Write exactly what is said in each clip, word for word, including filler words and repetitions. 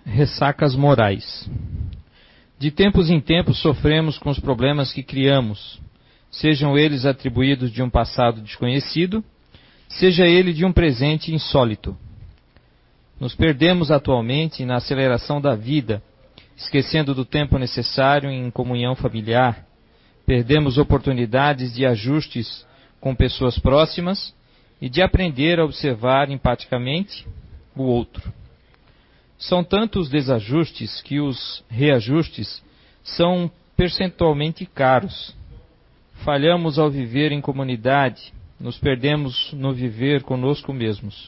Ressacas morais. De tempos em tempos sofremos com os problemas que criamos, sejam eles atribuídos de um passado desconhecido, seja ele de um presente insólito. Nos perdemos atualmente na aceleração da vida, esquecendo do tempo necessário em comunhão familiar. Perdemos oportunidades de ajustes com pessoas próximas e de aprender a observar empaticamente o outro. São tantos desajustes que os reajustes são percentualmente caros. Falhamos ao viver em comunidade, nos perdemos no viver conosco mesmos.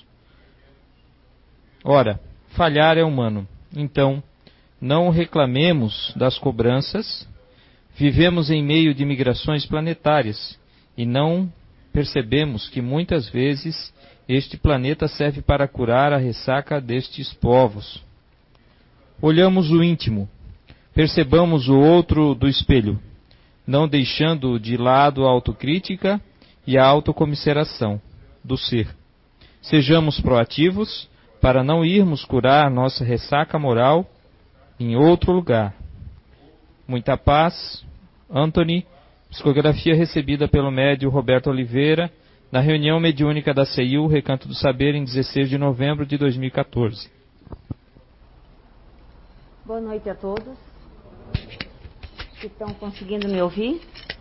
Ora, falhar é humano, então não reclamemos das cobranças. Vivemos em meio de migrações planetárias e não percebemos que muitas vezes este planeta serve para curar a ressaca destes povos. Olhamos o íntimo, percebamos o outro do espelho, não deixando de lado a autocrítica e a autocomiseração do ser. Sejamos proativos para não irmos curar nossa ressaca moral em outro lugar. Muita paz. Anthony, psicografia recebida pelo médium Roberto Oliveira, na reunião mediúnica da C I U, Recanto do Saber, em dezesseis de novembro de dois mil e quatorze. Boa noite a todos que estão conseguindo me ouvir.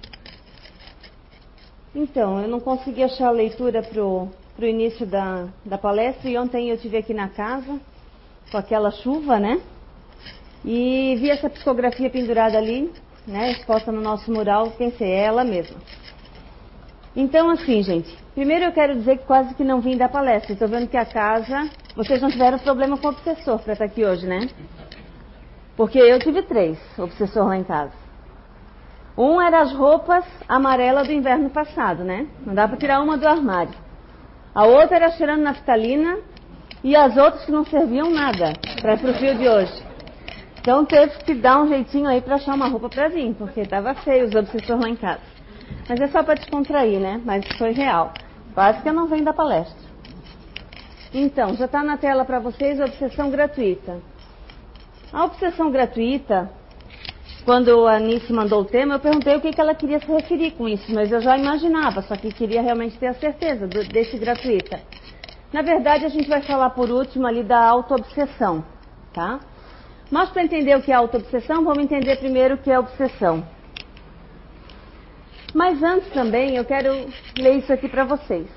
Então, eu não consegui achar a leitura para o início da, da palestra, e ontem eu estive aqui na casa, com aquela chuva, né? E vi essa psicografia pendurada ali, né, exposta no nosso mural, pensei, é ela mesma. Então, assim, gente, primeiro eu quero dizer que quase que não vim da palestra. Estou vendo que a casa, vocês não tiveram problema com o obsessor para estar aqui hoje, né? Porque eu tive três obsessor lá em casa. Um era as roupas amarelas do inverno passado, né? Não dá para tirar uma do armário. A outra era cheirando naftalina e as outras que não serviam nada para o frio de hoje. Então teve que dar um jeitinho aí para achar uma roupa para vir, porque estava feio os obsessores lá em casa. Mas é só para descontrair, né? Mas foi real. Quase que eu não venho da palestra. Então, já está na tela para vocês a obsessão gratuita. A obsessão gratuita, quando a Anice mandou o tema, eu perguntei o que, que ela queria se referir com isso, mas eu já imaginava, só que queria realmente ter a certeza do, desse gratuita. Na verdade, a gente vai falar por último ali da auto-obsessão, tá? Mas para entender o que é auto-obsessão, vamos entender primeiro o que é obsessão. Mas antes também, eu quero ler isso aqui para vocês.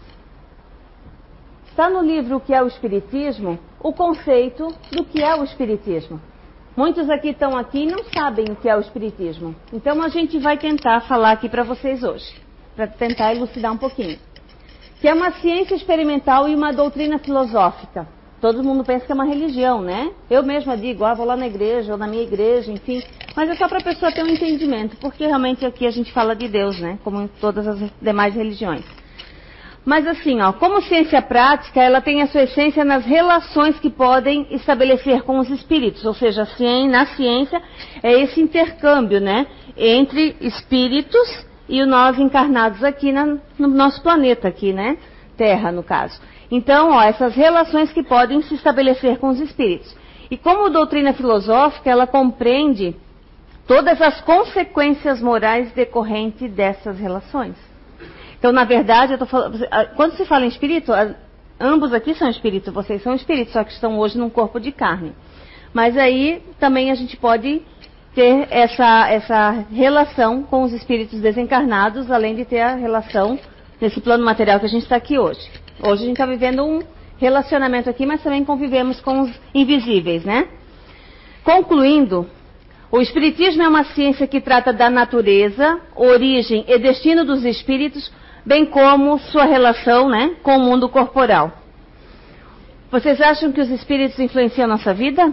Está no livro O que é o Espiritismo, o conceito do que é o Espiritismo. Muitos aqui estão aqui e não sabem o que é o Espiritismo. Então a gente vai tentar falar aqui para vocês hoje, para tentar elucidar um pouquinho. Que é uma ciência experimental e uma doutrina filosófica. Todo mundo pensa que é uma religião, né? Eu mesma digo, ah, vou lá na igreja, ou na minha igreja, enfim. Mas é só para a pessoa ter um entendimento, porque realmente aqui a gente fala de Deus, né? Como em todas as demais religiões. Mas assim, ó, como ciência prática, ela tem a sua essência nas relações que podem estabelecer com os espíritos. Ou seja, na ciência é esse intercâmbio, né? Entre espíritos e nós encarnados aqui na, no nosso planeta, aqui, né? Terra, no caso. Então, ó, essas relações que podem se estabelecer com os espíritos. E como doutrina filosófica, ela compreende todas as consequências morais decorrentes dessas relações. Então, na verdade, eu tô falando, quando se fala em espírito, ambos aqui são espíritos, vocês são espíritos, só que estão hoje num corpo de carne. Mas aí também a gente pode ter essa, essa relação com os espíritos desencarnados, além de ter a relação nesse plano material que a gente está aqui hoje. Hoje a gente está vivendo um relacionamento aqui, mas também convivemos com os invisíveis, né? Concluindo, o Espiritismo é uma ciência que trata da natureza, origem e destino dos espíritos, bem como sua relação, né, com o mundo corporal. Vocês acham que os espíritos influenciam a nossa vida?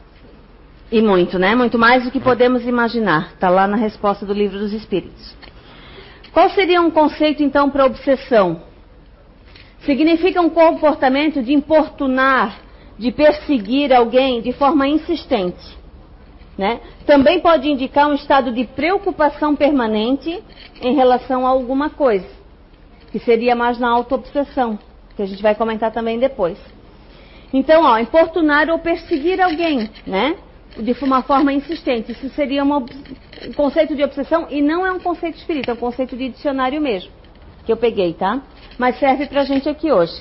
E muito, né? Muito mais do que podemos imaginar. Está lá na resposta do Livro dos Espíritos. Qual seria um conceito, então, para obsessão? Significa um comportamento de importunar, de perseguir alguém de forma insistente. Né? Também pode indicar um estado de preocupação permanente em relação a alguma coisa, que seria mais na auto-obsessão, que a gente vai comentar também depois. Então, ó, importunar ou perseguir alguém, né? De uma forma insistente. Isso seria uma, um conceito de obsessão e não é um conceito espírita, é um conceito de dicionário mesmo, que eu peguei, tá? Mas serve pra gente aqui hoje.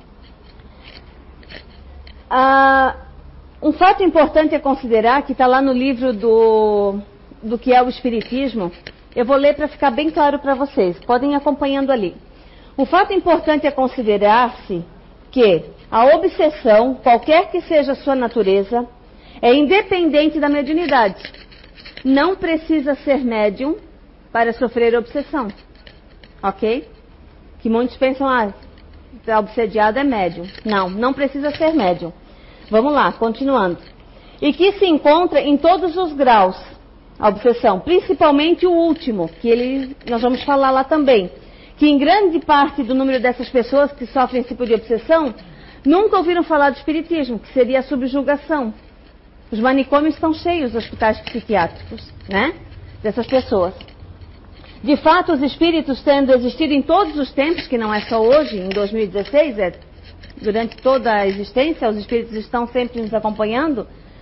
Ah, um fato importante a considerar, que está lá no livro do, do que é o Espiritismo, eu vou ler para ficar bem claro para vocês, podem ir acompanhando ali. Um fato importante a considerar-se que a obsessão, qualquer que seja a sua natureza, é independente da mediunidade. Não precisa ser médium para sofrer obsessão. Ok? Que muitos pensam, ah, está obsediado é médium. Não, não precisa ser médium. Vamos lá, continuando. E que se encontra em todos os graus, a obsessão, principalmente o último, que ele, nós vamos falar lá também. Que em grande parte do número dessas pessoas que sofrem esse tipo de obsessão, nunca ouviram falar do espiritismo, que seria a subjugação. Os manicômios estão cheios, os hospitais psiquiátricos, né? Dessas pessoas. De fato, os espíritos tendo existido em todos os tempos, que não é só hoje, em dois mil e dezesseis, é durante toda a existência, os espíritos estão sempre nos acompanhando.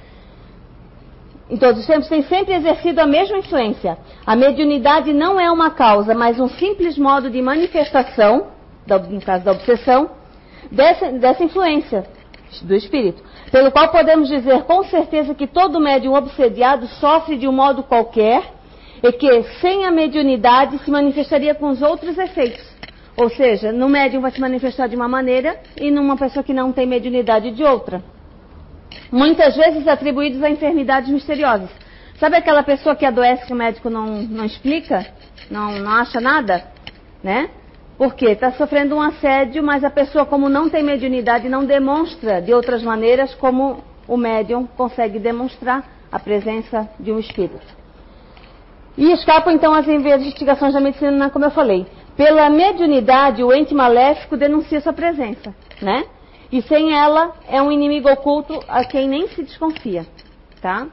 Em todos os tempos, têm sempre exercido a mesma influência. A mediunidade não é uma causa, mas um simples modo de manifestação, no caso da obsessão, dessa, dessa influência do espírito. Pelo qual podemos dizer com certeza que todo médium obsediado sofre de um modo qualquer e que, sem a mediunidade, se manifestaria com os outros efeitos. Ou seja, no médium vai se manifestar de uma maneira e numa pessoa que não tem mediunidade de outra. Muitas vezes atribuídos a enfermidades misteriosas. Sabe aquela pessoa que adoece que o médico não, não explica? Não, não acha nada? Né? Por quê? Está sofrendo um assédio, mas a pessoa, como não tem mediunidade, não demonstra de outras maneiras como o médium consegue demonstrar a presença de um espírito. E escapam então as investigações da medicina, como eu falei. Pela mediunidade, o ente maléfico denuncia sua presença, né? E sem ela, é um inimigo oculto a quem nem se desconfia, tá?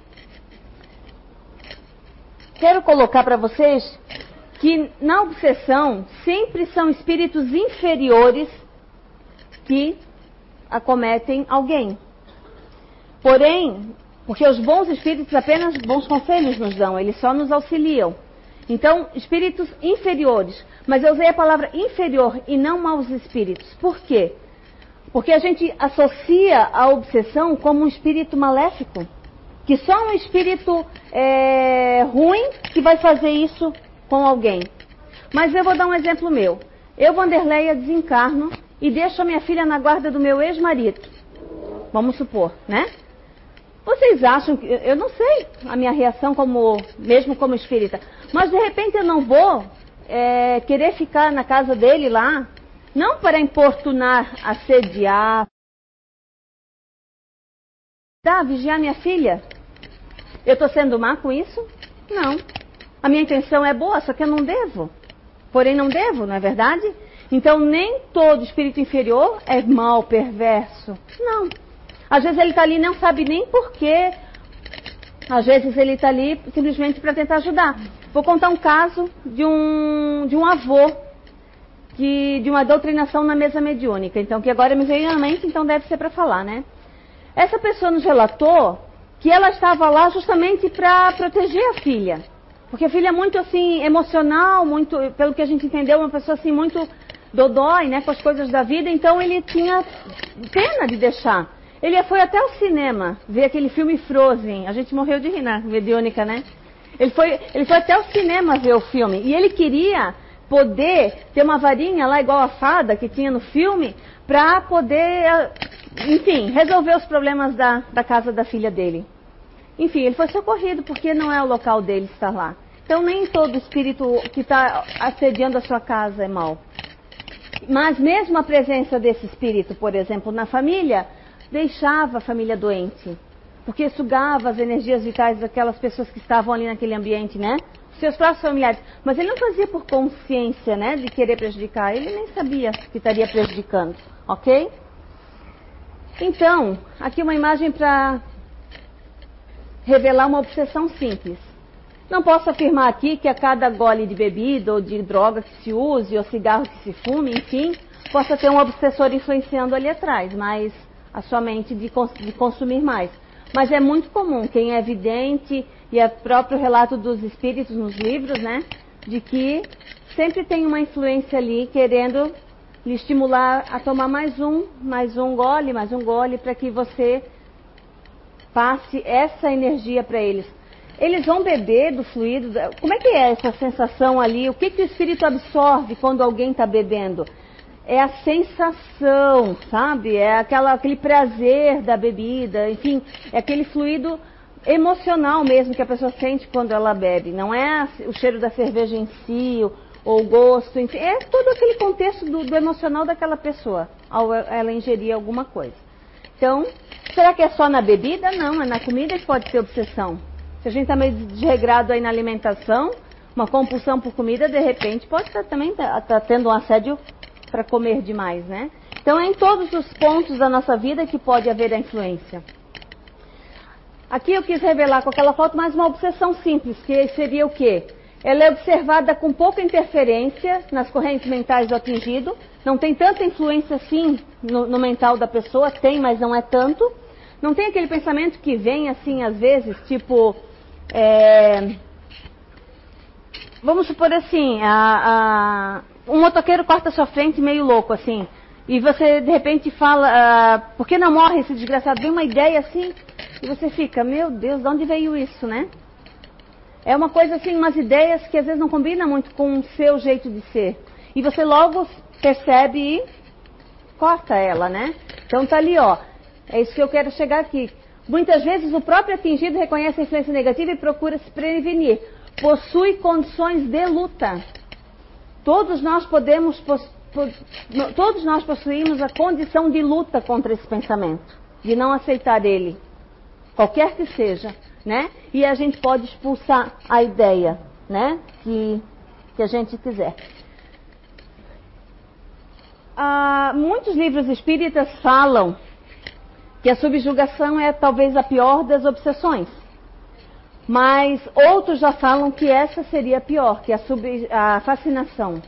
Quero colocar para vocês que na obsessão sempre são espíritos inferiores que acometem alguém. Porém, porque os bons espíritos apenas bons conselhos nos dão, eles só nos auxiliam. Então, espíritos inferiores. Mas eu usei a palavra inferior e não maus espíritos. Por quê? Porque a gente associa a obsessão como um espírito maléfico. Que só um espírito é, ruim que vai fazer isso com alguém. Mas eu vou dar um exemplo meu. Eu, Wanderleia, desencarno e deixo a minha filha na guarda do meu ex-marido. Vamos supor, né? Vocês acham que... Eu não sei a minha reação como, mesmo como espírita. Mas de repente eu não vou é, querer ficar na casa dele lá. Não para importunar, assediar. Tá, vigiar minha filha. Eu estou sendo má com isso? Não. A minha intenção é boa, só que eu não devo. Porém não devo, não é verdade? Então nem todo espírito inferior é mau, perverso. Não. Às vezes ele está ali e não sabe nem porquê. Às vezes ele está ali simplesmente para tentar ajudar. Vou contar um caso de um, de um avô que, de uma doutrinação na mesa mediúnica. Então, que agora me veio à mente, então deve ser para falar, né? Essa pessoa nos relatou que ela estava lá justamente para proteger a filha. Porque a filha é muito assim, emocional, muito, pelo que a gente entendeu, uma pessoa assim muito dodói, né, com as coisas da vida. Então ele tinha pena de deixar. Ele foi até o cinema ver aquele filme Frozen. A gente morreu de rir na mediúnica, né? Ele foi, ele foi até o cinema ver o filme. E ele queria poder ter uma varinha lá, igual a fada que tinha no filme, para poder, enfim, resolver os problemas da, da casa da filha dele. Enfim, ele foi socorrido, porque não é o local dele estar lá. Então, nem todo espírito que está assediando a sua casa é mau. Mas mesmo a presença desse espírito, por exemplo, na família, deixava a família doente. Porque sugava as energias vitais daquelas pessoas que estavam ali naquele ambiente, né? Seus próprios familiares. Mas ele não fazia por consciência, né, de querer prejudicar. Ele nem sabia que estaria prejudicando, ok? Então, aqui uma imagem para revelar uma obsessão simples. Não posso afirmar aqui que a cada gole de bebida ou de droga que se use, ou cigarro que se fume, enfim, possa ter um obsessor influenciando ali atrás, mas a sua mente de, de consumir mais. Mas é muito comum, quem é vidente, e é próprio relato dos espíritos nos livros, né? De que sempre tem uma influência ali querendo lhe estimular a tomar mais um, mais um gole, mais um gole, para que você passe essa energia para eles. Eles vão beber do fluido. Como é que é essa sensação ali? O que, que o espírito absorve quando alguém está bebendo? É a sensação, sabe? É aquela, aquele prazer da bebida, enfim, é aquele fluido emocional mesmo que a pessoa sente quando ela bebe. Não é o cheiro da cerveja em si, ou o gosto, enfim, é todo aquele contexto do, do emocional daquela pessoa, ao ela ingerir alguma coisa. Então, será que é só na bebida? Não, é na comida que pode ter obsessão. Se a gente está meio desregrado aí na alimentação, uma compulsão por comida, de repente, pode estar também tá, tá tendo um assédio para comer demais, né? Então é em todos os pontos da nossa vida que pode haver a influência. Aqui eu quis revelar com aquela foto mais uma obsessão simples, que seria o quê? Ela é observada com pouca interferência nas correntes mentais do atingido, não tem tanta influência assim no, no mental da pessoa, tem, mas não é tanto. Não tem aquele pensamento que vem assim às vezes, tipo, é, vamos supor assim, a, a um motoqueiro corta a sua frente meio louco, assim. E você, de repente, fala, ah, por que não morre esse desgraçado? Vem uma ideia assim, e você fica, meu Deus, de onde veio isso, né? É uma coisa assim, umas ideias que às vezes não combinam muito com o seu jeito de ser. E você logo percebe e corta ela, né? Então tá ali, ó. É isso que eu quero chegar aqui. Muitas vezes o próprio atingido reconhece a influência negativa e procura se prevenir. Possui condições de luta. Todos nós podemos, todos nós possuímos a condição de luta contra esse pensamento, de não aceitar ele, qualquer que seja, né? E a gente pode expulsar a ideia, né? Que, que a gente quiser. Ah, muitos livros espíritas falam que a subjugação é talvez a pior das obsessões. Mas outros já falam que essa seria a pior, que a, sub, a fascinação.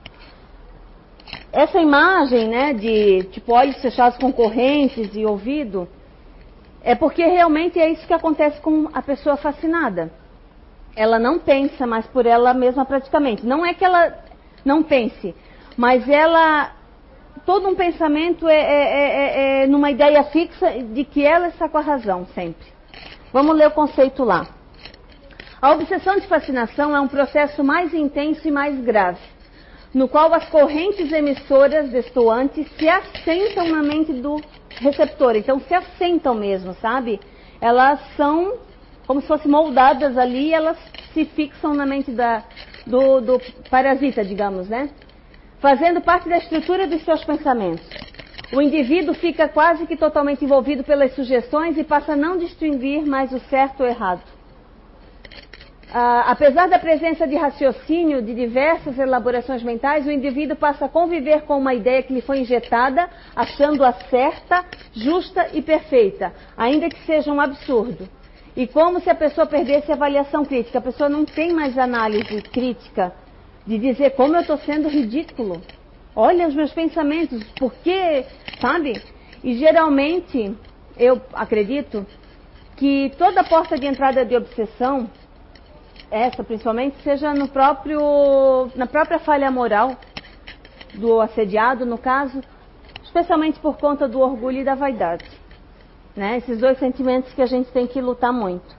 Essa imagem, né, de tipo olhos fechados com correntes e ouvido, é porque realmente é isso que acontece com a pessoa fascinada. Ela não pensa, mas por ela mesma praticamente. Não é que ela não pense, mas ela, todo um pensamento é, é, é, é numa ideia fixa de que ela está com a razão sempre. Vamos ler o conceito lá. A obsessão de fascinação é um processo mais intenso e mais grave, no qual as correntes emissoras destoantes se assentam na mente do receptor. Então, se assentam mesmo, sabe? Elas são como se fossem moldadas ali e elas se fixam na mente da, do, do parasita, digamos, né? Fazendo parte da estrutura dos seus pensamentos. O indivíduo fica quase que totalmente envolvido pelas sugestões e passa a não distinguir mais o certo ou o errado. Ah, apesar da presença de raciocínio de diversas elaborações mentais, o indivíduo passa a conviver com uma ideia que lhe foi injetada, achando-a certa, justa e perfeita, ainda que seja um absurdo. E como se a pessoa perdesse a avaliação crítica. A pessoa não tem mais análise crítica de dizer como eu estou sendo ridículo. Olha os meus pensamentos, por quê? Sabe? E geralmente, eu acredito que toda porta de entrada de obsessão, essa principalmente, seja no próprio, na própria falha moral do assediado, no caso, especialmente por conta do orgulho e da vaidade, né? Esses dois sentimentos que a gente tem que lutar muito.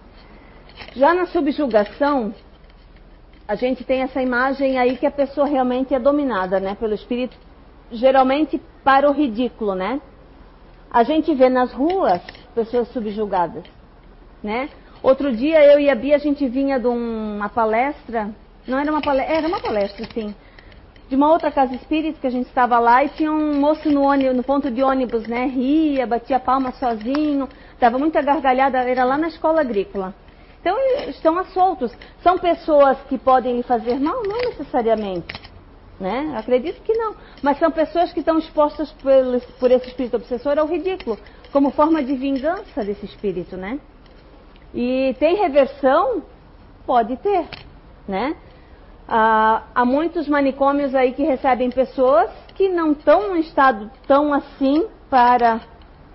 Já na subjugação, a gente tem essa imagem aí que a pessoa realmente é dominada, né, pelo espírito, geralmente para o ridículo, né? A gente vê nas ruas pessoas subjugadas, né? Outro dia eu e a Bia, a gente vinha de uma palestra, não era uma palestra, era uma palestra, sim, de uma outra casa espírita que a gente estava lá e tinha um moço no, ônibus, no ponto de ônibus, né, ria, batia palma sozinho, dava muita gargalhada, era lá na escola agrícola. Então estão a soltos, são pessoas que podem lhe fazer mal? Não necessariamente, né, acredito que não, mas são pessoas que estão expostas por, por esse espírito obsessor ao ridículo, como forma de vingança desse espírito, né. E tem reversão? Pode ter, né? Ah, há muitos manicômios aí que recebem pessoas que não estão num estado tão assim para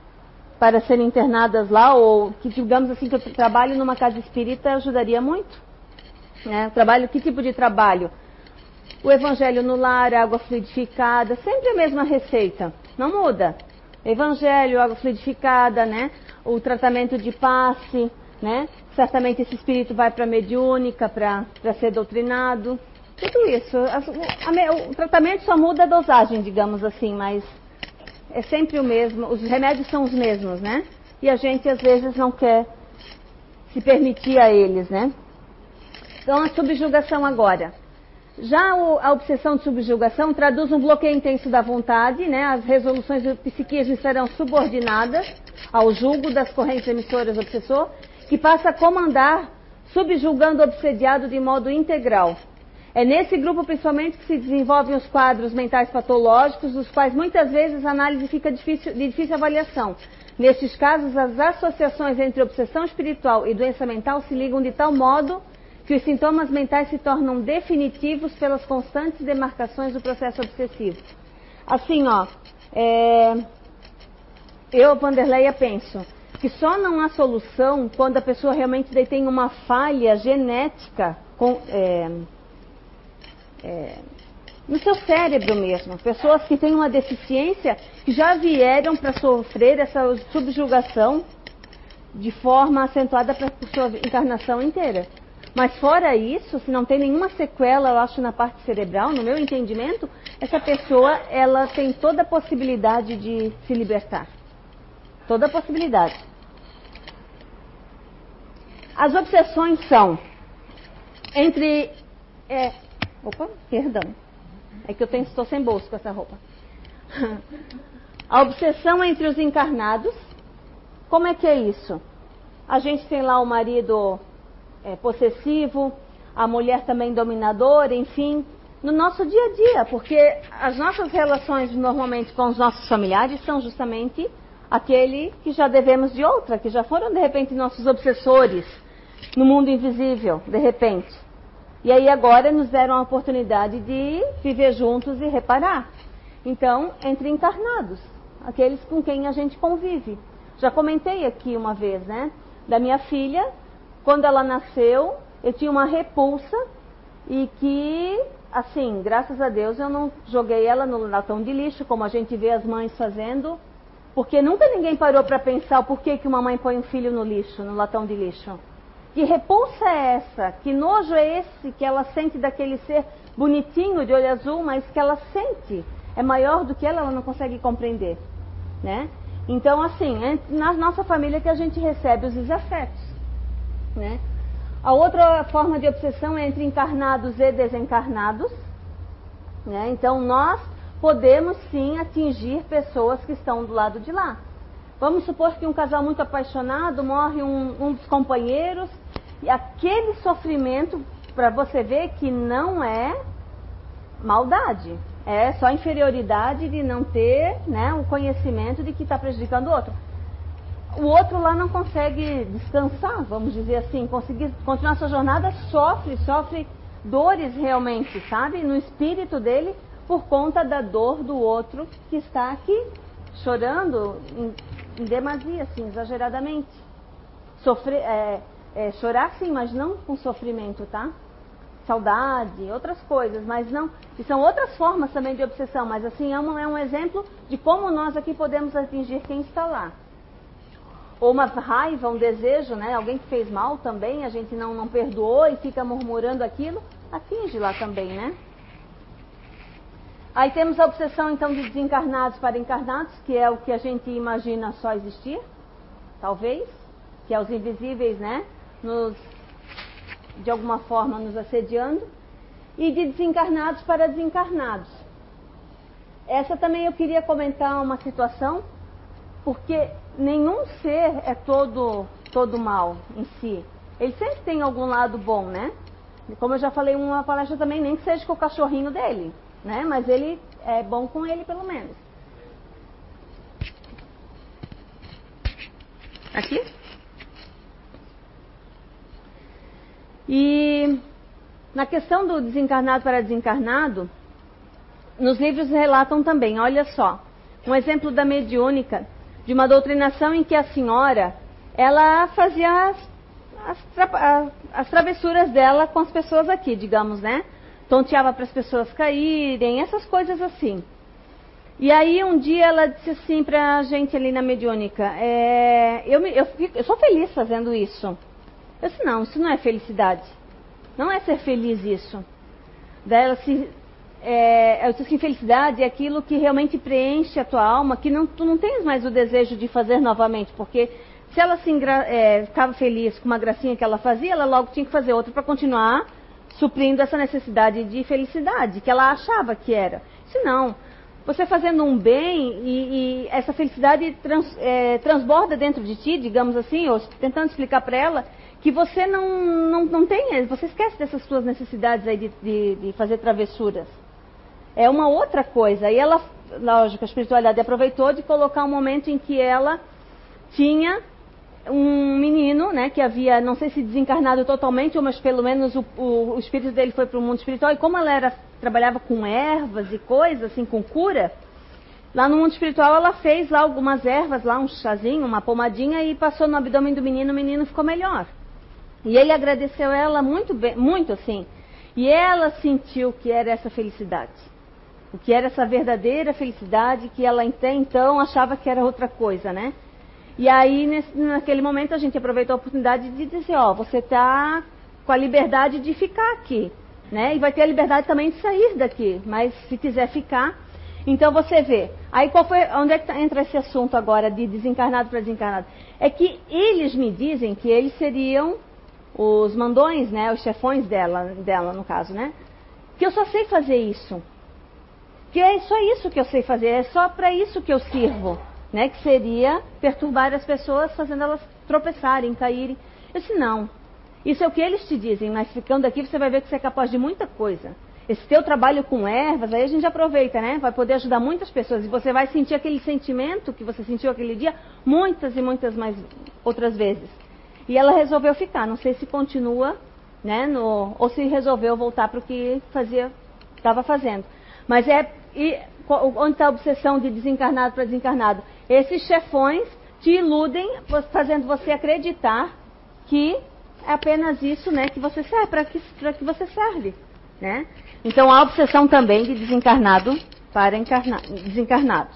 para serem internadas lá, ou que, digamos assim, que eu trabalho numa casa espírita ajudaria muito. Né? Trabalho, que tipo de trabalho? O evangelho no lar, água fluidificada, sempre a mesma receita, não muda. Evangelho, água fluidificada, né? O tratamento de passe, né? Certamente esse espírito vai para a mediúnica, para ser doutrinado. Tudo isso. A, a, o tratamento só muda a dosagem, digamos assim, mas é sempre o mesmo. Os remédios são os mesmos, né? E a gente às vezes não quer se permitir a eles, né? Então a subjugação agora. Já o, a obsessão de subjugação traduz um bloqueio intenso da vontade, né? As resoluções do psiquismo estarão subordinadas ao julgo das correntes emissoras do obsessor, que passa a comandar, subjugando o obsediado de modo integral. É nesse grupo, principalmente, que se desenvolvem os quadros mentais patológicos, dos quais muitas vezes a análise fica difícil, de difícil avaliação. Nestes casos, as associações entre obsessão espiritual e doença mental se ligam de tal modo que os sintomas mentais se tornam definitivos pelas constantes demarcações do processo obsessivo. Assim, ó, é, eu, Vanderleia, penso que só não há solução quando a pessoa realmente tem uma falha genética com, é, é, no seu cérebro mesmo. Pessoas que têm uma deficiência que já vieram para sofrer essa subjugação de forma acentuada para a sua encarnação inteira. Mas fora isso, se não tem nenhuma sequela, eu acho, na parte cerebral, no meu entendimento, essa pessoa, ela tem toda a possibilidade de se libertar. Toda a possibilidade. As obsessões são entre... É, opa, perdão. É que eu tenho, estou sem bolso com essa roupa. A obsessão entre os encarnados. Como é que é isso? A gente tem lá o marido... É, possessivo, a mulher também dominadora, enfim, no nosso dia a dia, porque as nossas relações normalmente com os nossos familiares são justamente aquele que já devemos de outra, que já foram de repente nossos obsessores no mundo invisível, de repente. E aí agora nos deram a oportunidade de viver juntos e reparar. Então, entre encarnados, aqueles com quem a gente convive. Já comentei aqui uma vez, né, da minha filha. Quando ela nasceu, eu tinha uma repulsa e que, assim, graças a Deus eu não joguei ela no latão de lixo, como a gente vê as mães fazendo, porque nunca ninguém parou para pensar o porquê que uma mãe põe um filho no lixo, no latão de lixo. Que repulsa é essa? Que nojo é esse que ela sente daquele ser bonitinho, de olho azul, mas que ela sente é maior do que ela, ela não consegue compreender, né? Então, assim, é na nossa família que a gente recebe os desafetos. Né? A outra forma de obsessão é entre encarnados e desencarnados. Né? Então nós podemos sim atingir pessoas que estão do lado de lá. Vamos supor que um casal muito apaixonado morre um, um dos companheiros, e aquele sofrimento, para você ver que não é maldade, é só inferioridade de não ter, né, o conhecimento de que está prejudicando o outro. O outro lá não consegue descansar, vamos dizer assim, conseguir continuar sua jornada, sofre, sofre dores realmente, sabe? No espírito dele, por conta da dor do outro que está aqui, chorando em, em demasia, assim, exageradamente. Sofrer, é, é, chorar sim, mas não com sofrimento, tá? Saudade, outras coisas, mas não... E são outras formas também de obsessão, mas assim, é um, é um exemplo de como nós aqui podemos atingir quem está lá. Ou uma raiva, um desejo, né? Alguém que fez mal também, a gente não, não perdoou e fica murmurando aquilo, atinge lá também, né? Aí temos a obsessão então de desencarnados para encarnados, que é o que a gente imagina só existir, talvez, que é os invisíveis, né? Nos, de alguma forma nos assediando, e de desencarnados para desencarnados. Essa também eu queria comentar uma situação, porque nenhum ser é todo, todo mal em si. Ele sempre tem algum lado bom, né? Como eu já falei em uma palestra também, nem que seja com o cachorrinho dele, né? Mas ele é bom com ele, pelo menos. Aqui? E na questão do desencarnado para desencarnado, nos livros relatam também, olha só, um exemplo da mediúnica. de uma doutrinação em que a senhora, ela fazia as, as, tra as travessuras dela com as pessoas aqui, digamos, né? Tonteava para as pessoas caírem, essas coisas assim. E aí um dia ela disse assim pra gente ali na mediúnica, é, eu, me, eu, fico, eu sou feliz fazendo isso. Eu disse, não, isso não é felicidade. Não é ser feliz isso. Daí ela se... É, eu disse assim, felicidade é aquilo que realmente preenche a tua alma, que não, tu não tens mais o desejo de fazer novamente, porque se ela se engra, é, ficava feliz com uma gracinha que ela fazia, ela logo tinha que fazer outra para continuar suprindo essa necessidade de felicidade, que ela achava que era. Se não, você fazendo um bem e, e essa felicidade trans, é, transborda dentro de ti, digamos assim, ou tentando explicar para ela, que você não, não, não tem, você esquece dessas suas necessidades aí de, de, de fazer travessuras. É uma outra coisa. E ela, lógico, a espiritualidade aproveitou de colocar um momento em que ela tinha um menino, né, que havia, não sei se desencarnado totalmente, mas pelo menos o, o, o espírito dele foi para o mundo espiritual. E como ela era, trabalhava com ervas e coisas, assim, com cura, lá no mundo espiritual ela fez lá algumas ervas, lá um chazinho, uma pomadinha, e passou no abdômen do menino, o menino ficou melhor. E ele agradeceu ela muito, bem, muito assim. E ela sentiu que era essa felicidade. O que era essa verdadeira felicidade, que ela até então achava que era outra coisa, né? E aí, nesse, naquele momento, a gente aproveitou a oportunidade de dizer, ó, você está com a liberdade de ficar aqui, né? E vai ter a liberdade também de sair daqui, mas se quiser ficar, então você vê. Aí qual foi, onde é que entra esse assunto agora de desencarnado para desencarnado? É que eles me dizem que eles seriam os mandões, né? Os chefões dela, dela no caso, né? Que eu só sei fazer isso. Que é só isso que eu sei fazer, é só para isso que eu sirvo, né? Que seria perturbar as pessoas, fazendo elas tropeçarem, caírem. Eu disse, não, isso é o que eles te dizem, mas ficando aqui você vai ver que você é capaz de muita coisa. Esse teu trabalho com ervas, aí a gente aproveita, né? Vai poder ajudar muitas pessoas e você vai sentir aquele sentimento que você sentiu aquele dia muitas e muitas mais outras vezes. E ela resolveu ficar, não sei se continua, né? No, ou se resolveu voltar para o que fazia, estava fazendo. Mas é, e, onde está a obsessão de desencarnado para desencarnado? Esses chefões te iludem, fazendo você acreditar que é apenas isso, né, que você serve, para que, para que você serve, né? Então há obsessão também de desencarnado para encarna, desencarnado.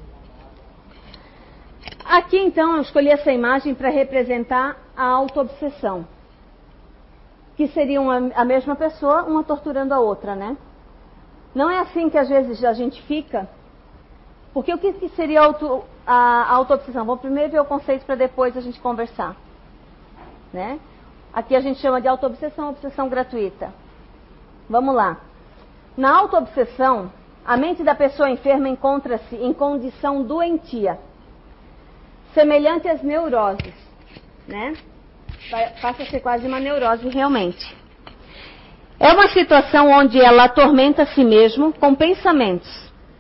Aqui então eu escolhi essa imagem para representar a auto-obsessão, que seria uma, a mesma pessoa, uma torturando a outra, né? Não é assim que às vezes a gente fica? Porque o que, que seria auto, a auto-obsessão? Vamos primeiro ver o conceito para depois a gente conversar, né? Aqui a gente chama de auto-obsessão, obsessão gratuita. Vamos lá. Na auto-obsessão, a mente da pessoa enferma encontra-se em condição doentia, semelhante às neuroses, né? Passa a ser quase uma neurose realmente. É uma situação onde ela atormenta a si mesmo com pensamentos,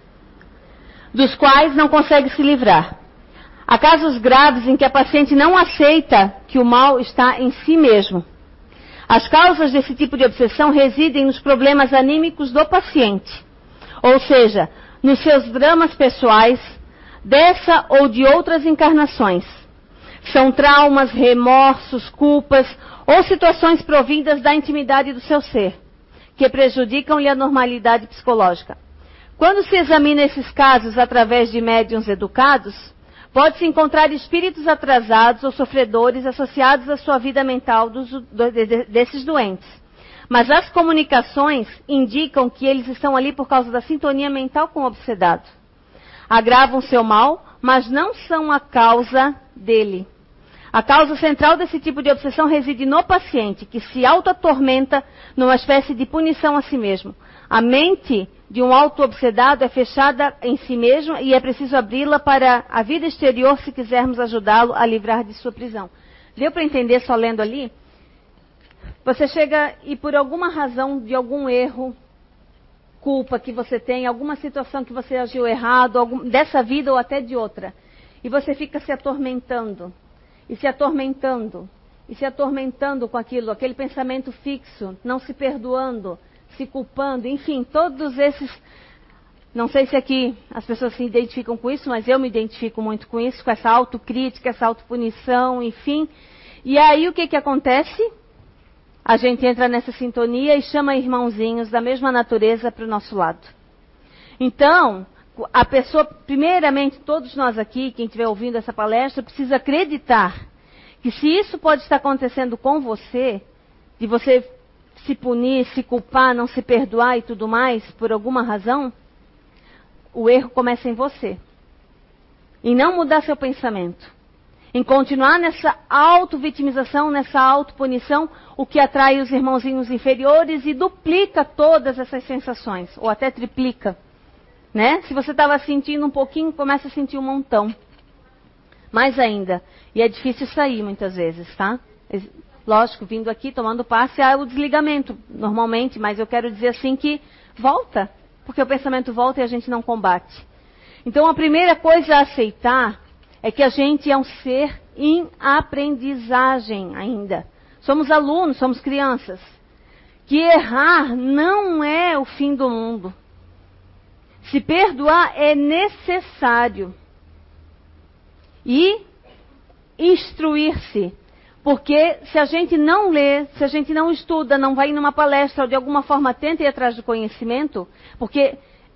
dos quais não consegue se livrar. Há casos graves em que a paciente não aceita que o mal está em si mesmo. As causas desse tipo de obsessão residem nos problemas anímicos do paciente, ou seja, nos seus dramas pessoais, dessa ou de outras encarnações. São traumas, remorsos, culpas ou situações provindas da intimidade do seu ser, que prejudicam-lhe a normalidade psicológica. Quando se examina esses casos através de médiuns educados, pode-se encontrar espíritos atrasados ou sofredores associados à sua vida mental dos, do, de, desses doentes. Mas as comunicações indicam que eles estão ali por causa da sintonia mental com o obsedado. Agravam seu mal, mas não são a causa dele. A causa central desse tipo de obsessão reside no paciente, que se auto-atormenta numa espécie de punição a si mesmo. A mente de um auto-obsedado é fechada em si mesmo e é preciso abri-la para a vida exterior se quisermos ajudá-lo a livrar de sua prisão. Deu para entender só lendo ali? Você chega e por alguma razão, de algum erro, culpa que você tem, alguma situação que você agiu errado, algum, dessa vida ou até de outra, e você fica se atormentando. E se atormentando, e se atormentando com aquilo, aquele pensamento fixo, não se perdoando, se culpando, enfim, todos esses Não sei se aqui as pessoas se identificam com isso, mas eu me identifico muito com isso, com essa autocrítica, essa autopunição, enfim. E aí o que que acontece? A gente entra nessa sintonia e chama irmãozinhos da mesma natureza para o nosso lado. Então, a pessoa, primeiramente, todos nós aqui, quem estiver ouvindo essa palestra, precisa acreditar que se isso pode estar acontecendo com você, de você se punir, se culpar, não se perdoar e tudo mais, por alguma razão, o erro começa em você. Em não mudar seu pensamento. Em continuar nessa auto-vitimização, nessa auto-punição, o que atrai os irmãozinhos inferiores e duplica todas essas sensações, ou até triplica. Né? Se você estava sentindo um pouquinho, começa a sentir um montão. Mais ainda. E é difícil sair muitas vezes, tá? Lógico, vindo aqui, tomando passe, há o desligamento, normalmente, mas eu quero dizer assim que volta, porque o pensamento volta e a gente não combate. Então a primeira coisa a aceitar é que a gente é um ser em aprendizagem ainda. Somos alunos, somos crianças. Que errar não é o fim do mundo. Se perdoar é necessário. E instruir-se. Porque se a gente não lê, se a gente não estuda, não vai numa palestra ou de alguma forma tenta ir atrás do conhecimento, porque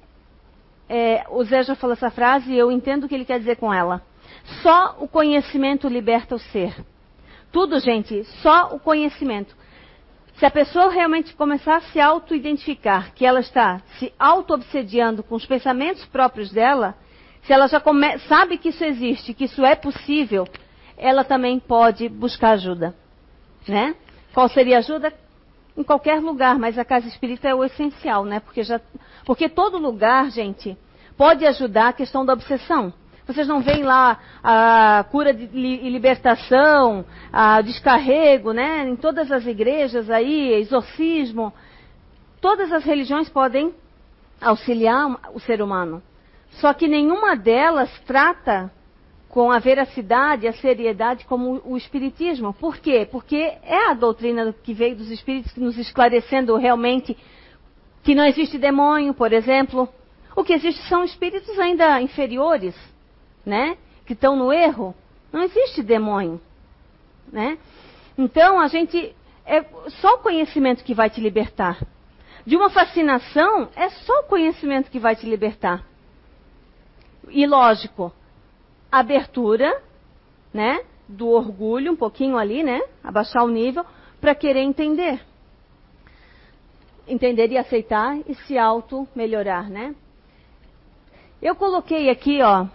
é, o Zé já falou essa frase e eu entendo o que ele quer dizer com ela. Só o conhecimento liberta o ser. Tudo, gente, só o conhecimento. Se a pessoa realmente começar a se auto-identificar que ela está se auto-obsediando com os pensamentos próprios dela, se ela já come- sabe que isso existe, que isso é possível, ela também pode buscar ajuda. Né? Qual seria a ajuda? Em qualquer lugar, mas a casa espírita é o essencial, né? Porque, já, porque todo lugar, gente, pode ajudar a questão da obsessão. Vocês não veem lá a cura e libertação, a descarrego, né? Em todas as igrejas aí, exorcismo. Todas as religiões podem auxiliar o ser humano. Só que nenhuma delas trata com a veracidade, a seriedade como o espiritismo. Por quê? Porque é a doutrina que veio dos espíritos nos esclarecendo realmente que não existe demônio, por exemplo. O que existe são espíritos ainda inferiores. Né? Que estão no erro, não existe demônio, né? Então a gente é só o conhecimento que vai te libertar. De uma fascinação é só o conhecimento que vai te libertar. E lógico, abertura, né? Do orgulho um pouquinho ali, né? Abaixar o nível para querer entender, entender e aceitar e se auto melhorar, né? Eu coloquei aqui, ó.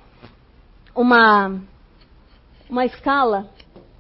Uma, uma escala,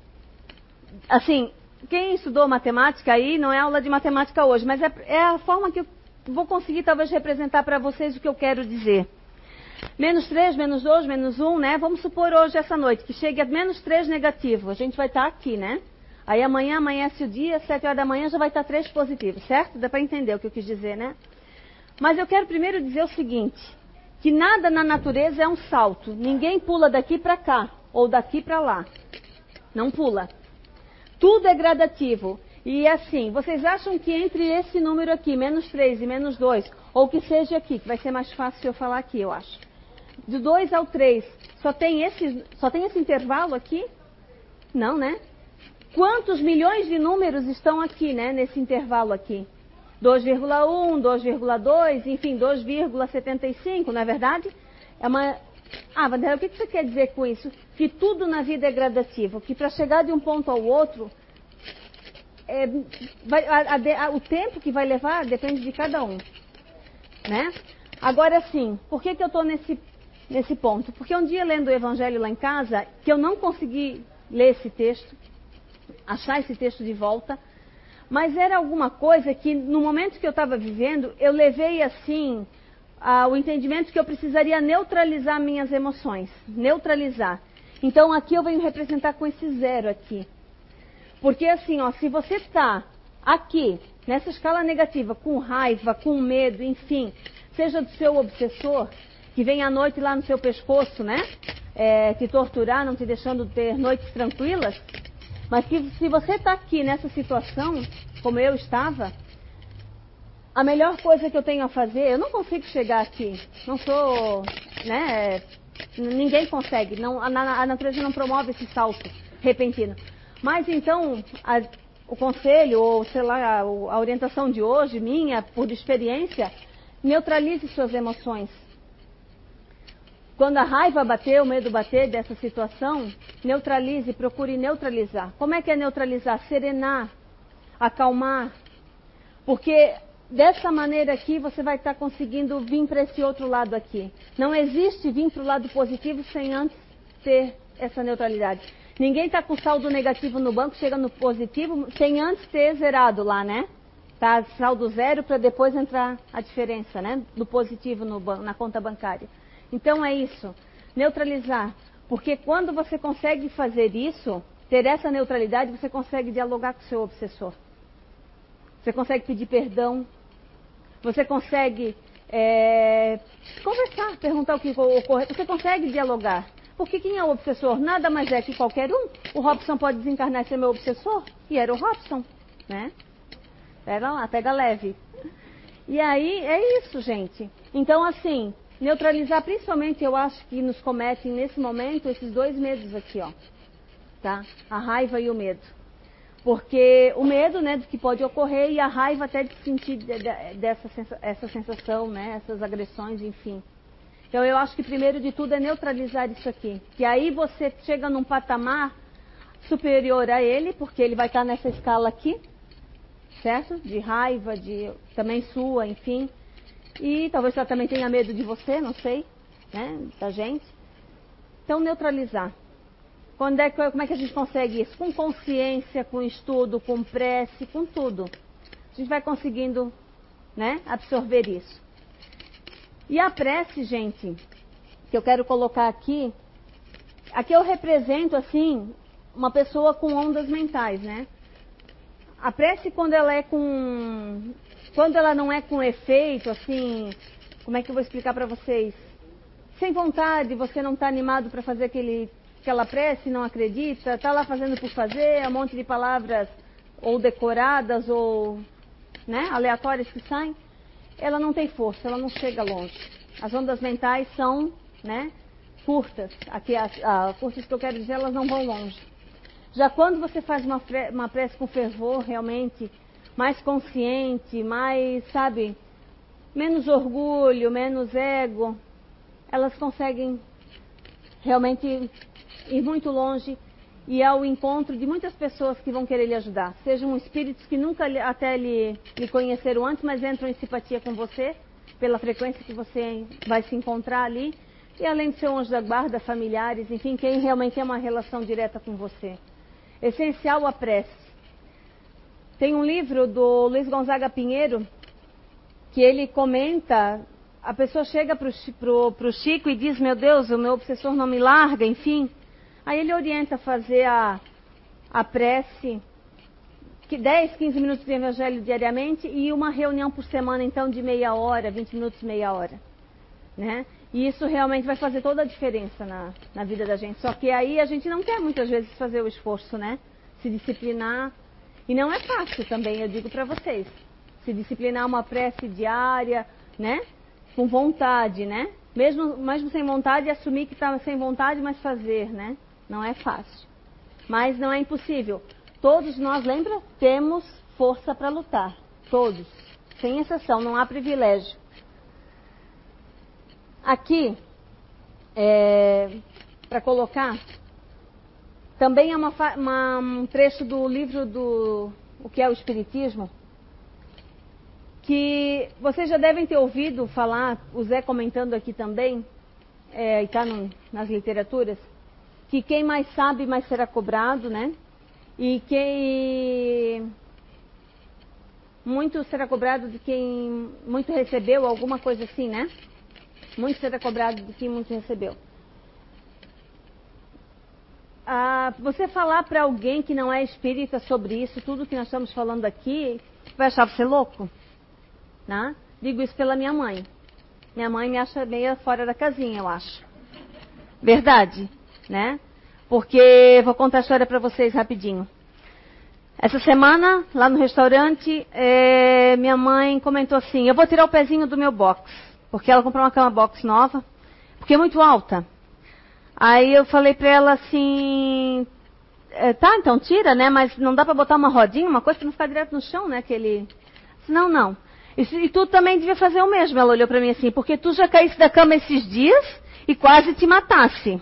assim, quem estudou matemática aí, não é aula de matemática hoje, mas é, é a forma que eu vou conseguir talvez representar para vocês o que eu quero dizer. Menos três, menos dois, menos um, né? Vamos supor hoje, essa noite, que chegue a menos três negativo, a gente vai estar aqui, né? Aí amanhã, amanhece o dia, sete horas da manhã já vai estar três positivo, certo? Dá para entender o que eu quis dizer, né? Mas eu quero primeiro dizer o seguinte... que nada na natureza é um salto. Ninguém pula daqui para cá, ou daqui para lá. Não pula. Tudo é gradativo. E assim, vocês acham que entre esse número aqui, menos três e menos dois, ou que seja aqui, que vai ser mais fácil eu falar aqui, eu acho. Do dois ao três, só tem esse, só tem esse intervalo aqui? Não, né? Quantos milhões de números estão aqui, né, nesse intervalo aqui? dois vírgula um, dois vírgula dois, enfim, dois vírgula setenta e cinco, não é verdade? É uma... Ah, Vanderlei, o que você quer dizer com isso? Que tudo na vida é gradativo, que para chegar de um ponto ao outro, é, vai, a, a, a, o tempo que vai levar depende de cada um. Né? Agora sim, por que, que eu estou nesse, nesse ponto? Porque um dia lendo o Evangelho lá em casa, que eu não consegui ler esse texto, achar esse texto de volta, mas era alguma coisa que, no momento que eu estava vivendo, eu levei assim, ah, o entendimento que eu precisaria neutralizar minhas emoções. Neutralizar. Então aqui eu venho representar com esse zero aqui. Porque assim, ó, se você está aqui, nessa escala negativa, com raiva, com medo, enfim, seja do seu obsessor, que vem à noite lá no seu pescoço, né? É, te torturar, não te deixando ter noites tranquilas. Mas que se você está aqui nessa situação, como eu estava, a melhor coisa que eu tenho a fazer, eu não consigo chegar aqui, não sou, né, ninguém consegue, não, a, a natureza não promove esse salto repentino. Mas então, a, o conselho, ou sei lá, a, a orientação de hoje, minha, por experiência, neutralize suas emoções. Quando a raiva bater, o medo bater dessa situação, neutralize, procure neutralizar. Como é que é neutralizar? Serenar, acalmar. Porque dessa maneira aqui você vai estar conseguindo vir para esse outro lado aqui. Não existe vir para o lado positivo sem antes ter essa neutralidade. Ninguém está com saldo negativo no banco, chega no positivo, sem antes ter zerado lá, né? Tá saldo zero para depois entrar a diferença, né? Do positivo no, na conta bancária. Então é isso, neutralizar. Porque quando você consegue fazer isso, ter essa neutralidade, você consegue dialogar com o seu obsessor. Você consegue pedir perdão. Você consegue é, conversar, perguntar o que ocorreu. Você consegue dialogar. Porque quem é o obsessor? Nada mais é que qualquer um. O Robson pode desencarnar e ser meu obsessor. E era o Robson, né? Pega lá, pega leve. E aí, é isso, gente. Então, assim, neutralizar, principalmente, eu acho que nos cometem, nesse momento, esses dois medos aqui, ó. Tá? A raiva e o medo. Porque o medo, né, do que pode ocorrer e a raiva até de sentir dessa essa sensação, né, essas agressões, enfim. Então eu acho que primeiro de tudo é neutralizar isso aqui. Que aí você chega num patamar superior a ele, porque ele vai estar nessa escala aqui, certo? De raiva, de também sua, enfim. E talvez ela também tenha medo de você, não sei, né, da gente. Então neutralizar. Quando é, como é que a gente consegue isso? Com consciência, com estudo, com prece, com tudo. A gente vai conseguindo, né, absorver isso. E a prece, gente, que eu quero colocar aqui, aqui eu represento, assim, uma pessoa com ondas mentais, né? A prece, quando ela é com... Quando ela não é com efeito, assim... Como é que eu vou explicar para vocês? Sem vontade, você não está animado para fazer aquele... aquela prece, não acredita, está lá fazendo por fazer, um monte de palavras ou decoradas ou, né, aleatórias que saem, ela não tem força, ela não chega longe. As ondas mentais são, né, curtas. Aqui as ah, curtas que eu quero dizer, elas não vão longe. Já quando você faz uma, uma prece com fervor, realmente mais consciente, mais, sabe, menos orgulho, menos ego, elas conseguem realmente ir muito longe e ao encontro de muitas pessoas que vão querer lhe ajudar. Sejam espíritos que nunca até lhe, lhe conheceram antes, mas entram em simpatia com você, pela frequência que você vai se encontrar ali. E além de ser um anjo da guarda, familiares, enfim, quem realmente tem uma relação direta com você. Essencial a prece. Tem um livro do Luiz Gonzaga Pinheiro, que ele comenta... A pessoa chega para o Chico e diz, meu Deus, o meu obsessor não me larga, enfim. Aí ele orienta a fazer a, a prece, que dez, quinze minutos de evangelho diariamente e uma reunião por semana, então, de meia hora, vinte minutos, meia hora. Né? E isso realmente vai fazer toda a diferença na, na vida da gente. Só que aí a gente não quer muitas vezes fazer o esforço, né? Se disciplinar. E não é fácil também, eu digo para vocês. Se disciplinar uma prece diária, né? Com vontade, né? Mesmo, mesmo sem vontade, assumir que está sem vontade, mas fazer, né? Não é fácil. Mas não é impossível. Todos nós, lembra? Temos força para lutar. Todos. Sem exceção, não há privilégio. Aqui, é, para colocar, também é uma, uma, um trecho do livro do O que é o Espiritismo, que vocês já devem ter ouvido falar, o Zé comentando aqui também, é, e está nas literaturas, que quem mais sabe, mais será cobrado, né? E quem muito será cobrado de quem muito recebeu, alguma coisa assim, né? Muito será cobrado de quem muito recebeu. Ah, você falar para alguém que não é espírita sobre isso, tudo que nós estamos falando aqui, vai achar você louco? Né? Digo isso pela minha mãe. Minha mãe me acha meio fora da casinha, eu acho. Verdade, né? Porque, vou contar a história para vocês rapidinho. Essa semana, lá no restaurante, é, minha mãe comentou assim, eu vou tirar o pezinho do meu box, porque ela comprou uma cama box nova, porque é muito alta. Aí eu falei pra ela assim, é, tá, então tira, né, mas não dá pra botar uma rodinha, uma coisa pra não ficar direto no chão, né, aquele... Não, não. E, e tu também devia fazer o mesmo, ela olhou pra mim assim, porque tu já caísse da cama esses dias e quase te matasse.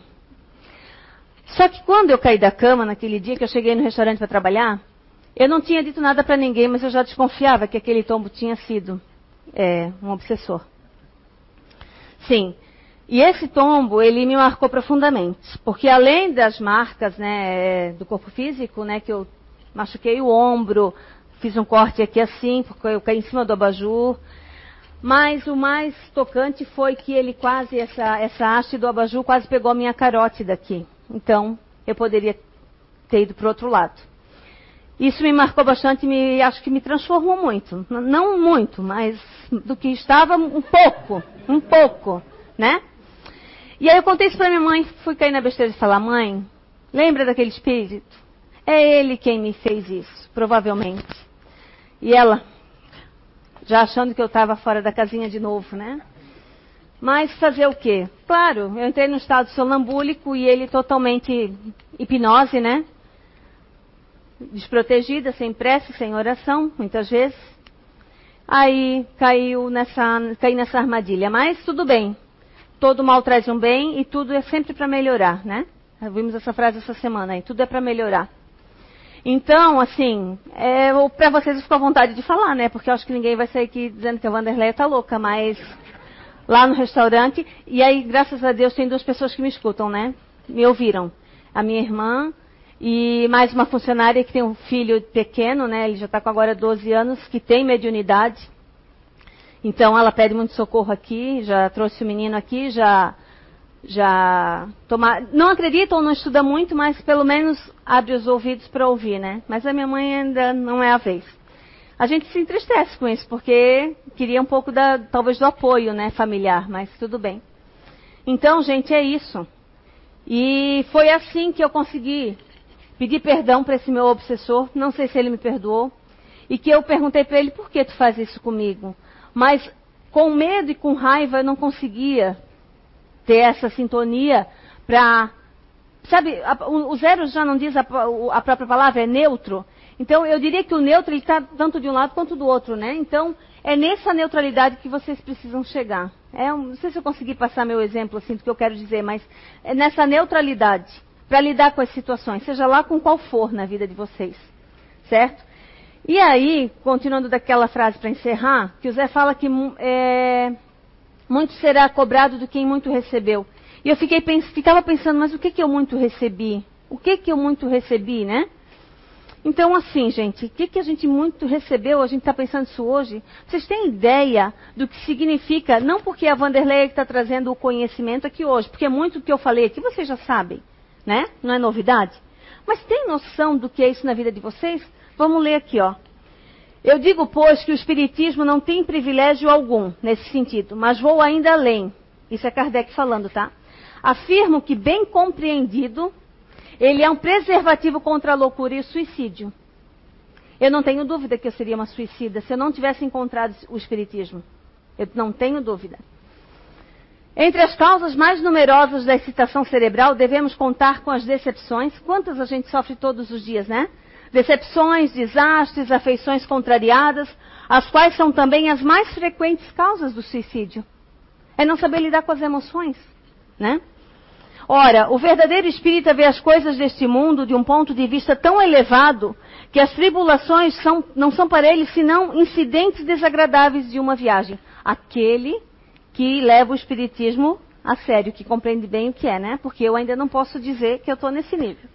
Só que quando eu caí da cama, naquele dia que eu cheguei no restaurante para trabalhar, eu não tinha dito nada para ninguém, mas eu já desconfiava que aquele tombo tinha sido é, um obsessor. Sim. E esse tombo, ele me marcou profundamente. Porque além das marcas, né, do corpo físico, né, que eu machuquei o ombro, fiz um corte aqui assim, porque eu caí em cima do abajur. Mas o mais tocante foi que ele quase, essa, essa haste do abajur quase pegou a minha carótida aqui. Então, eu poderia ter ido para o outro lado. Isso me marcou bastante e me, acho que me transformou muito. Não muito, mas do que estava um pouco, um pouco, né? E aí eu contei isso para minha mãe, fui cair na besteira de falar, mãe, lembra daquele espírito? É ele quem me fez isso, provavelmente. E ela, já achando que eu estava fora da casinha de novo, né? Mas fazer o quê? Claro, eu entrei no estado sonambúlico e ele totalmente hipnose, né? Desprotegida, sem prece, sem oração, muitas vezes. Aí caiu nessa, caí nessa armadilha. Mas tudo bem. Todo mal traz um bem e tudo é sempre para melhorar, né? Vimos essa frase essa semana aí. Tudo é para melhorar. Então, assim, é, para vocês ficou à vontade de falar, né? Porque eu acho que ninguém vai sair aqui dizendo que a Wanderleia tá louca, mas lá no restaurante, e aí, graças a Deus, tem duas pessoas que me escutam, né? Me ouviram. A minha irmã e mais uma funcionária que tem um filho pequeno, né? Ele já está com agora doze anos, que tem mediunidade. Então, ela pede muito socorro aqui, já trouxe o menino aqui, já... já toma, não acredita ou não estuda muito, mas pelo menos abre os ouvidos para ouvir, né? Mas a minha mãe ainda não é a vez. A gente se entristece com isso, porque queria um pouco, da, talvez, do apoio, né, familiar, mas tudo bem. Então, gente, é isso. E foi assim que eu consegui pedir perdão para esse meu obsessor, não sei se ele me perdoou, e que eu perguntei para ele, por que tu faz isso comigo? Mas com medo e com raiva eu não conseguia ter essa sintonia para... Sabe, a, o, o zero já não diz a, a própria palavra, é neutro. Então, eu diria que o neutro está tanto de um lado quanto do outro, né? Então, é nessa neutralidade que vocês precisam chegar. É, não sei se eu consegui passar meu exemplo assim do que eu quero dizer, mas é nessa neutralidade para lidar com as situações, seja lá com qual for na vida de vocês, certo? E aí, continuando daquela frase para encerrar, que o Zé fala que é, muito será cobrado do quem muito recebeu. E eu fiquei, ficava pensando, mas o que que eu muito recebi? O que que eu muito recebi, né? Então, assim, gente, o que, que a gente muito recebeu, a gente está pensando isso hoje? Vocês têm ideia do que significa, não porque a Wanderleia está trazendo o conhecimento aqui hoje, porque muito do que eu falei aqui vocês já sabem, né? Não é novidade. Mas tem noção do que é isso na vida de vocês? Vamos ler aqui, ó. Eu digo, pois, que o Espiritismo não tem privilégio algum nesse sentido, mas vou ainda além. Isso é Kardec falando, tá? Afirmo que, bem compreendido, ele é um preservativo contra a loucura e o suicídio. Eu não tenho dúvida que eu seria uma suicida se eu não tivesse encontrado o Espiritismo. Eu não tenho dúvida. Entre as causas mais numerosas da excitação cerebral, devemos contar com as decepções. Quantas a gente sofre todos os dias, né? Decepções, desastres, afeições contrariadas, as quais são também as mais frequentes causas do suicídio. É não saber lidar com as emoções, né? Ora, o verdadeiro espírita vê as coisas deste mundo de um ponto de vista tão elevado que as tribulações são, não são para ele senão incidentes desagradáveis de uma viagem. Aquele que leva o espiritismo a sério, que compreende bem o que é, né? Porque eu ainda não posso dizer que eu estou nesse nível.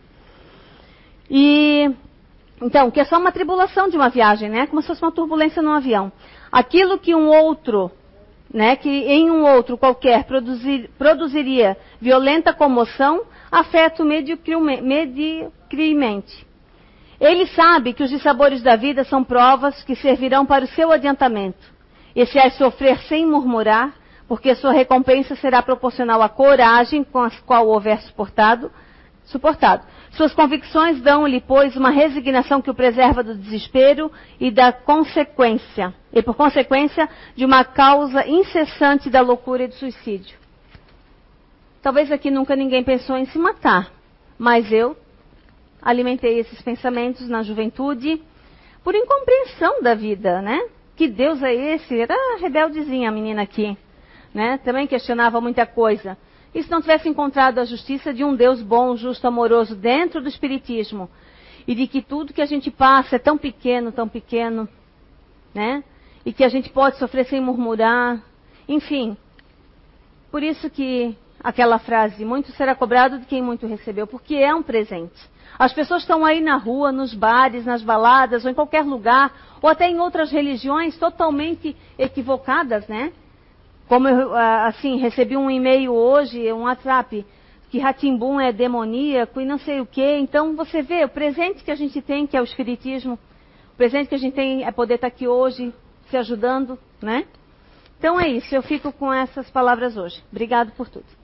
E, então, que é só uma tribulação de uma viagem, né? Como se fosse uma turbulência num avião. Aquilo que um outro... Né, que em um outro qualquer produzir, produziria violenta comoção, afeta-o mediocremente. Ele sabe que os dissabores da vida são provas que servirão para o seu adiantamento. E se as sofrer sem murmurar, porque sua recompensa será proporcional à coragem com a qual o houver suportado, suportado. Suas convicções dão-lhe, pois, uma resignação que o preserva do desespero e da consequência, e por consequência, de uma causa incessante da loucura e do suicídio. Talvez aqui nunca ninguém pensou em se matar, mas eu alimentei esses pensamentos na juventude por incompreensão da vida, né? Que Deus é esse? Era rebeldezinha a menina aqui, né? Também questionava muita coisa. E se não tivesse encontrado a justiça de um Deus bom, justo, amoroso dentro do Espiritismo, e de que tudo que a gente passa é tão pequeno, tão pequeno, né? E que a gente pode sofrer sem murmurar, enfim. Por isso que aquela frase, muito será cobrado de quem muito recebeu, porque é um presente. As pessoas estão aí na rua, nos bares, nas baladas, ou em qualquer lugar, ou até em outras religiões totalmente equivocadas, né? Como eu, assim, recebi um e-mail hoje, um WhatsApp, que Ratimbum é demoníaco e não sei o quê. Então, você vê, o presente que a gente tem, que é o Espiritismo, o presente que a gente tem é poder estar aqui hoje, se ajudando, né? Então é isso, eu fico com essas palavras hoje. Obrigado por tudo.